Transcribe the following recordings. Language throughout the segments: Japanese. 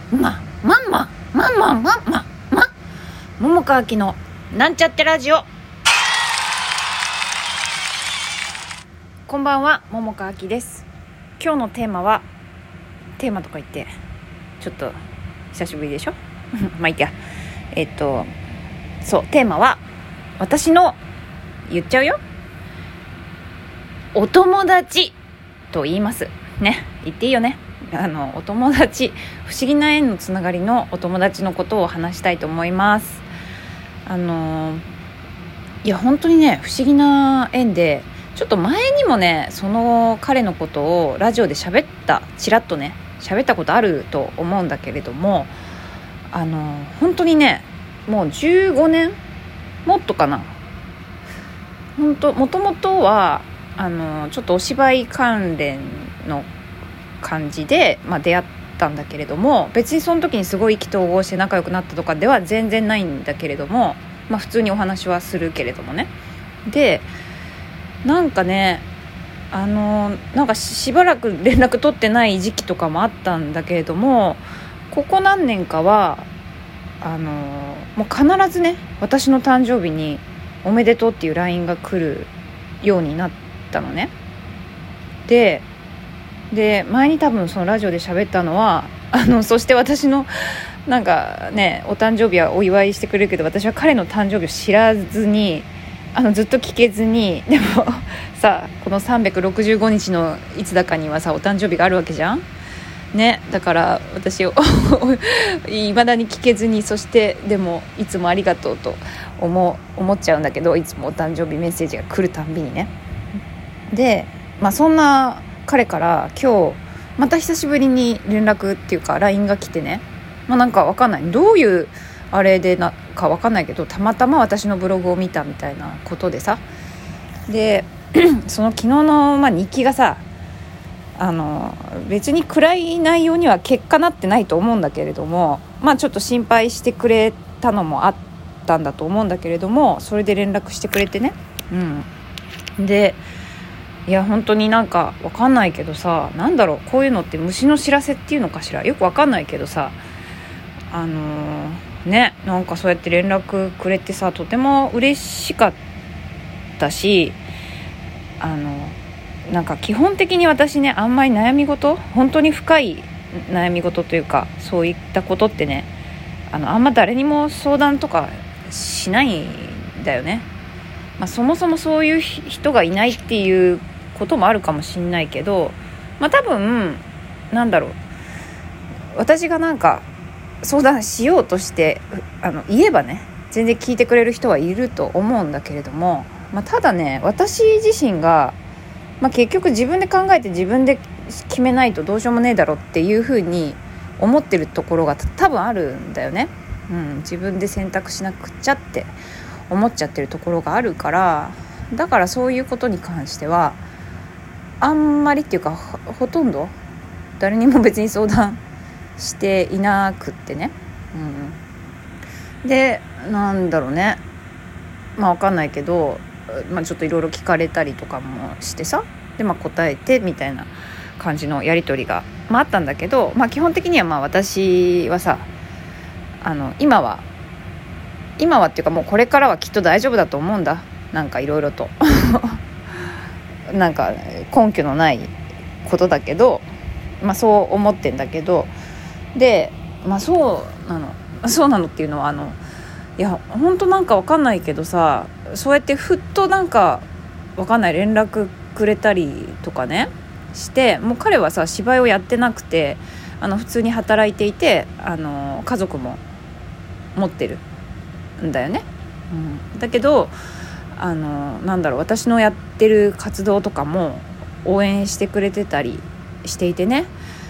桃川きのなんちゃってラジオ。こんばんは、桃川きです。今日のテーマとか言ってちょっと久しぶりでしょまあいいや。そう、テーマは私の言っちゃうよ、お友達と言いますね。言っていいよね。お友達、不思議な縁のつながりのお友達のことを話したいと思います。いや本当にね、不思議な縁で、ちょっと前にもね、その彼のことをラジオでちらっとね喋ったことあると思うんだけれども、本当にね、もう15年もっとかな。もともとはちょっとお芝居関連の感じで、出会ったんだけれども、別にその時にすごい意気投合して仲良くなったとかでは全然ないんだけれども、普通にお話はするけれどもね。でなんかね、なんかしばらく連絡取ってない時期とかもあったんだけれども、ここ何年かはもう必ずね、私の誕生日におめでとうっていう LINE が来るようになったのね。で前に多分そのラジオで喋ったのは、そして私のなんかね、お誕生日はお祝いしてくれるけど、私は彼の誕生日を知らずにずっと聞けずに、でもさ、この365日のいつだかにはさ、お誕生日があるわけじゃんね。だから私を未だに聞けずに、そしてでもいつもありがとうと思っちゃうんだけど、いつもお誕生日メッセージが来るたんびにね。でそんな彼から今日また久しぶりに連絡っていうか LINE が来てね、なんかわかんない、どういうあれでかわかんないけど、たまたま私のブログを見たみたいなことでさ、でその昨日の、日記がさ、別に暗い内容には結果なってないと思うんだけれども、ちょっと心配してくれたのもあったんだと思うんだけれども、それで連絡してくれてね。でいや本当になんかわかんないけどさ、なんだろう、こういうのって虫の知らせっていうのかしら、よくわかんないけどさ、ね、なんかそうやって連絡くれてさ、とても嬉しかったし、なんか基本的に私ね、あんまり悩み事、本当に深い悩み事というか、そういったことってね、あんま誰にも相談とかしないんだよね。そもそもそういう人がいないっていうこともあるかもしんないけど、多分なんだろう、私がなんか相談しようとして言えばね、全然聞いてくれる人はいると思うんだけれども、ただね、私自身が、結局自分で考えて自分で決めないとどうしようもねえだろっていう風に思ってるところが多分あるんだよね。自分で選択しなくちゃって思っちゃってるところがあるから、だからそういうことに関してはあんまりっていうか、ほとんど誰にも別に相談していなくってね。でなんだろうね、わかんないけど、ちょっといろいろ聞かれたりとかもしてさ、で答えてみたいな感じのやり取りが、あったんだけど、基本的には私はさ、今はっていうか、もうこれからはきっと大丈夫だと思うんだ。なんかいろいろとなんか根拠のないことだけど、そう思ってんだけど、でそうなのっていうのは、いや本当なんかわかんないけどさ、そうやってふっとなんかわかんない連絡くれたりとかねして、もう彼はさ、芝居をやってなくて普通に働いていて、家族も持ってるんだよね。だけどなんだろう、私のやってる活動とかも応援してくれてたりしていてね、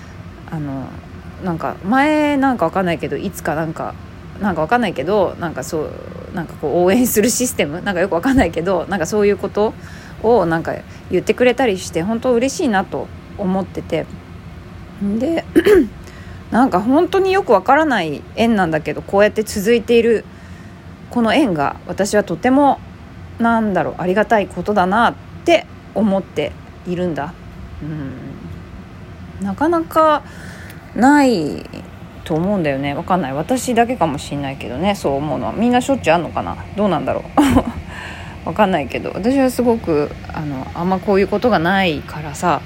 なんか前なんかわかんないけど、いつかなんかわかんないけど、なんかこう応援するシステムなんかよくわかんないけど、なんかそういうことをなんか言ってくれたりして、本当嬉しいなと思ってて、でなんか本当によくわからない縁なんだけど、こうやって続いているこの縁が、私はとてもありがたいことだなって思っているんだ。なかなかないと思うんだよね。わかんない、私だけかもしんないけどね、そう思うのは。みんなしょっちゅうあんのかな、どうなんだろうわかんないけど、私はすごくあんまこういうことがないからさ、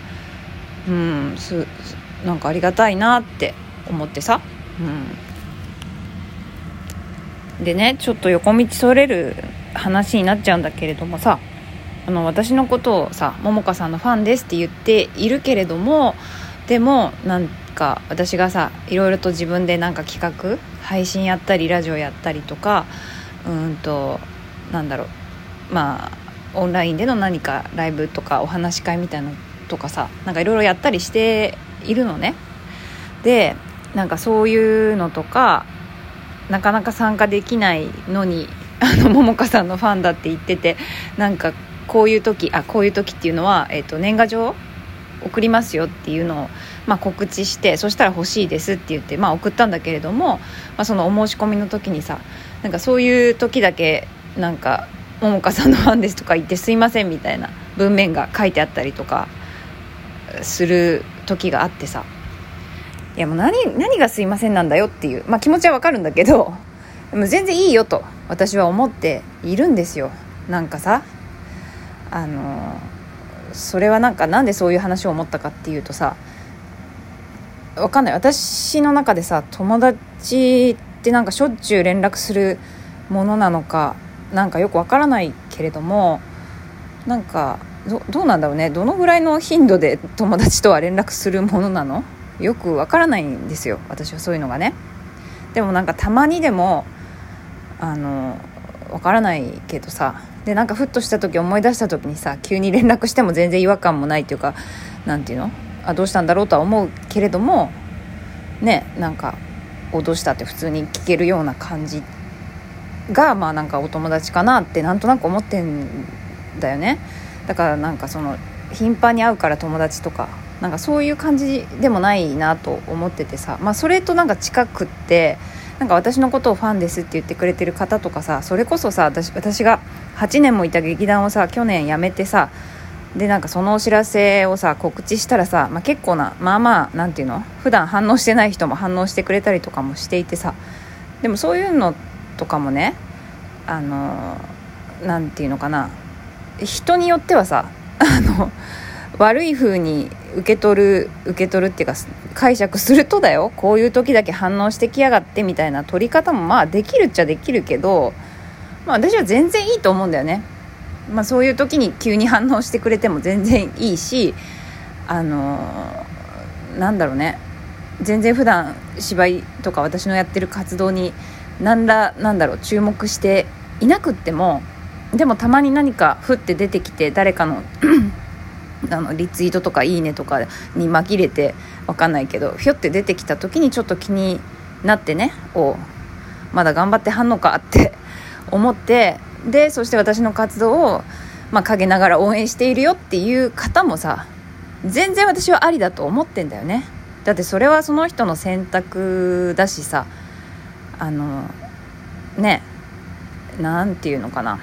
なんかありがたいなって思ってさ、でね、ちょっと横道それる話になっちゃうんだけれどもさ、私のことをさ、ももかさんのファンですって言っているけれども、でもなんか私がさ、いろいろと自分でなんか企画配信やったりラジオやったりとか、なんだろう、オンラインでの何かライブとかお話し会みたいなのとかさ、なんかいろいろやったりしているのね。で、なんかそういうのとかなかなか参加できないのに、ももかさんのファンだって言ってて、なんかこういう時っていうのは、年賀状送りますよっていうのを、告知して、そしたら欲しいですって言って、送ったんだけれども、そのお申し込みの時にさ、なんかそういう時だけなんかももかさんのファンですとか言ってすいませんみたいな文面が書いてあったりとかする時があってさ、いやもう何がすいませんなんだよっていう、気持ちはわかるんだけど、でも全然いいよと私は思っているんですよ。なんかさ、それはなんでそういう話を思ったかっていうとさ、わかんない、私の中でさ、友達ってなんかしょっちゅう連絡するものなのかなんかよくわからないけれども、なんかどうなんだろうね、どのぐらいの頻度で友達とは連絡するものなの、よくわからないんですよ、私はそういうのがね。でもなんかたまにでもわからないけどさ、でなんかふっとした時、思い出した時にさ、急に連絡しても全然違和感もないっていうか、なんていうの、どうしたんだろうとは思うけれどもね、なんかどうしたって普通に聞けるような感じが、なんかお友達かなってなんとなく思ってんだよね。だからなんかその頻繁に会うから友達とか、なんかそういう感じでもないなと思っててさ、それとなんか近くって、なんか私のことをファンですって言ってくれてる方とかさ、それこそさ、私が8年もいた劇団をさ、去年辞めてさ、でなんかそのお知らせをさ告知したらさ、結構ななんていうの、普段反応してない人も反応してくれたりとかもしていてさ、でもそういうのとかもね、なんていうのかな、人によってはさ、悪い風に受け取るっていうか、解釈するとだよ、こういう時だけ反応してきやがってみたいな取り方もできるっちゃできるけど、私は全然いいと思うんだよね。そういう時に急に反応してくれても全然いいし、なんだろうね、全然普段芝居とか私のやってる活動に注目していなくっても、でもたまに何かふって出てきて、誰かのリツイートとかいいねとかに紛れて、わかんないけどひょって出てきた時にちょっと気になってね、まだ頑張ってはんのかって思って、でそして私の活動を陰ながら応援しているよっていう方もさ、全然私はありだと思ってんだよね。だってそれはその人の選択だしさ、なんていうのかな、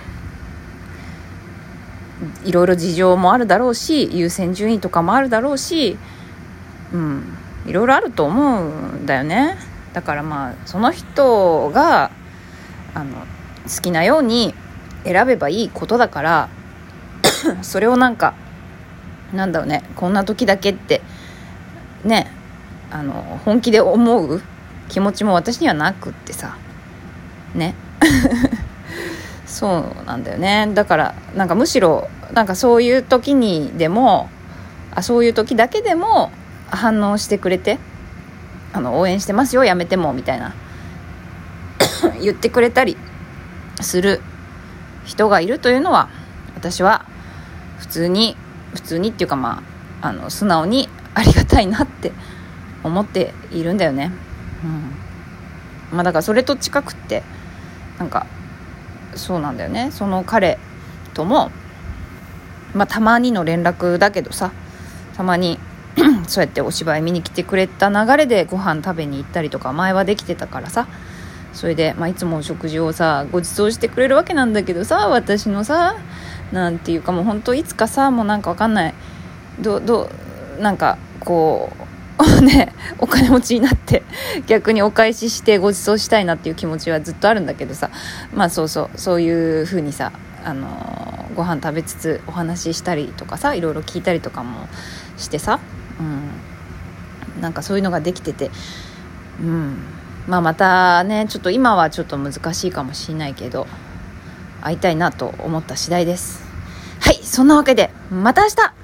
いろいろ事情もあるだろうし、優先順位とかもあるだろうし、いろいろあると思うんだよね。だからその人が好きなように選べばいいことだからそれをなんだろうね、こんな時だけってね、本気で思う気持ちも私にはなくってさねそうなんだよね。だからむしろそういう時にでもそういう時だけでも反応してくれて、応援してますよ、やめてもみたいな言ってくれたりする人がいるというのは、私は普通にっていうか素直にありがたいなって思っているんだよね。だからそれと近くってそうなんだよね。その彼ともたまにの連絡だけどさ、たまにそうやってお芝居見に来てくれた流れでご飯食べに行ったりとか前はできてたからさ、それでいつもお食事をさご馳走してくれるわけなんだけどさ、私のさなんていうか、もう本当いつかさ、もうわかんない、 ね、お金持ちになって逆にお返ししてご馳走したいなっていう気持ちはずっとあるんだけどさ、まあそういう風にさ、ご飯食べつつお話ししたりとかさ、いろいろ聞いたりとかもしてさ、なんかそういうのができてて、まあまたね、ちょっと今はちょっと難しいかもしれないけど会いたいなと思った次第です。はい、そんなわけでまた明日。